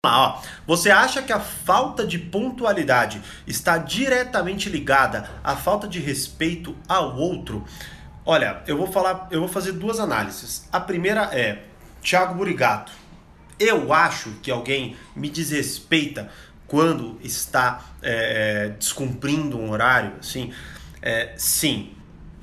Ó, você acha que a falta de pontualidade está diretamente ligada à falta de respeito ao outro? Olha, eu vou fazer duas análises. A primeira é Thiago Burigato. Eu acho que alguém me desrespeita quando está descumprindo um horário, assim, sim.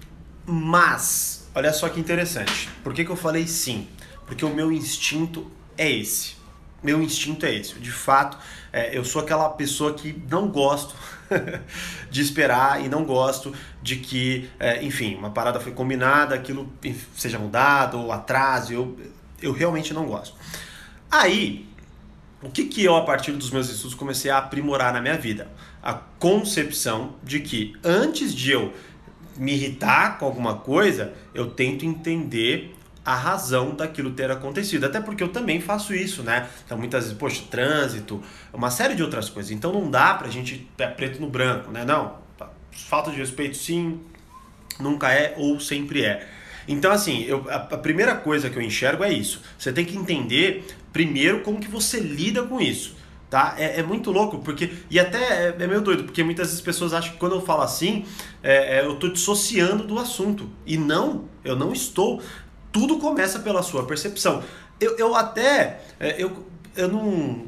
Mas, olha só que interessante. Por que eu falei sim? Porque o meu instinto é esse. Meu instinto é esse. De fato, eu sou aquela pessoa que não gosto de esperar e não gosto de que, enfim, uma parada foi combinada, aquilo seja mudado ou atrase. Eu realmente não gosto. Aí, o que eu, a partir dos meus estudos, comecei a aprimorar na minha vida? A concepção de que antes de eu me irritar com alguma coisa, eu tento entender a razão daquilo ter acontecido. Até porque eu também faço isso, né? Então muitas vezes, poxa, trânsito, uma série de outras coisas. Então não dá pra gente ter preto no branco, né? Não, falta de respeito sim, nunca é ou sempre é. Então assim, a primeira coisa que eu enxergo é isso. Você tem que entender primeiro como que você lida com isso. Tá? É muito louco, porque. E até é meio doido, porque muitas vezes as pessoas acham que quando eu falo assim, eu estou dissociando do assunto. E não, eu não estou. Tudo começa pela sua percepção. Eu até. Eu não.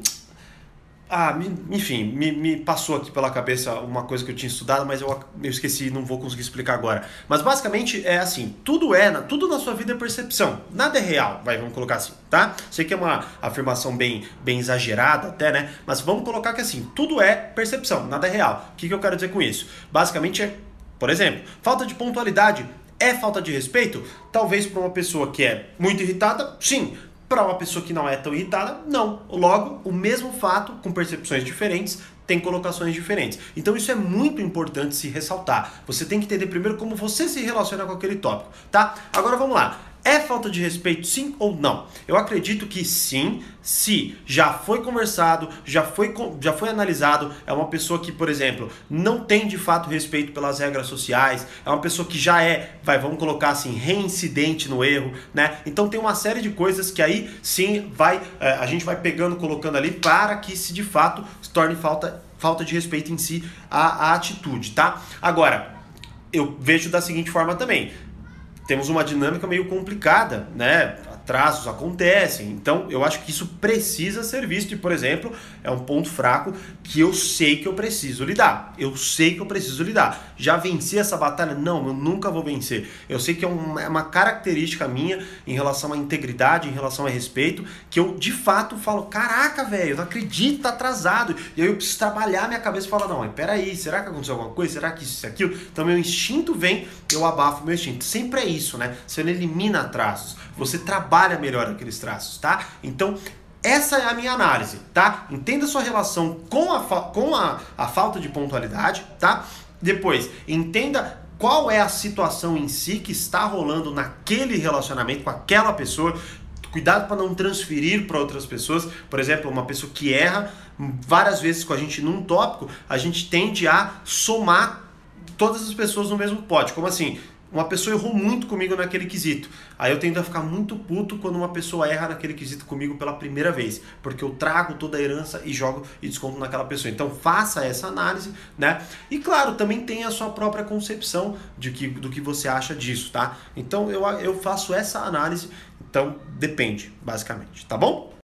Enfim, me passou aqui pela cabeça uma coisa que eu tinha estudado, mas eu esqueci, não vou conseguir explicar agora. Mas basicamente é assim, tudo na sua vida é percepção, nada é real, vamos colocar assim, tá? Sei que é uma afirmação bem exagerada até, né? Mas vamos colocar que assim, tudo é percepção, nada é real. O que eu quero dizer com isso? Basicamente por exemplo, falta de pontualidade é falta de respeito? Talvez para uma pessoa que é muito irritada, sim. Para uma pessoa que não é tão irritada, não. Logo, o mesmo fato, com percepções diferentes, tem colocações diferentes. Então isso é muito importante se ressaltar. Você tem que entender primeiro como você se relaciona com aquele tópico, tá? Agora vamos lá. É falta de respeito sim ou não? Eu acredito que sim, se já foi conversado, já foi analisado, é uma pessoa que, por exemplo, não tem de fato respeito pelas regras sociais, é uma pessoa que já vamos colocar assim, reincidente no erro, né? Então tem uma série de coisas que aí sim a gente vai pegando, colocando ali para que se de fato se torne falta de respeito em si a atitude, tá? Agora, eu vejo da seguinte forma também. Temos uma dinâmica meio complicada, né? Atrasos acontecem, então eu acho que isso precisa ser visto e, por exemplo, é um ponto fraco que eu sei que eu preciso lidar. Já venci essa batalha? Não, eu nunca vou vencer. Eu sei que é uma característica minha em relação à integridade, em relação a respeito, que eu de fato falo, caraca, velho, eu não acredito, tá atrasado. E aí eu preciso trabalhar minha cabeça e falar, não, mas peraí, será que aconteceu alguma coisa? Será que isso e aquilo? Então meu instinto vem, eu abafo meu instinto. Sempre é isso, né? Você não elimina traços, você trabalha melhor aqueles traços, tá? Então, essa é a minha análise, tá? Entenda a sua relação com a falta de pontualidade, tá? Depois, entenda qual é a situação em si que está rolando naquele relacionamento com aquela pessoa. Cuidado para não transferir para outras pessoas. Por exemplo, uma pessoa que erra várias vezes com a gente num tópico, a gente tende a somar todas as pessoas no mesmo pote. Como assim? Uma pessoa errou muito comigo naquele quesito. Aí eu tendo a ficar muito puto quando uma pessoa erra naquele quesito comigo pela primeira vez. Porque eu trago toda a herança e jogo e desconto naquela pessoa. Então faça essa análise, né? E claro, também tem a sua própria concepção do que você acha disso, tá? Então eu faço essa análise. Então depende, basicamente. Tá bom?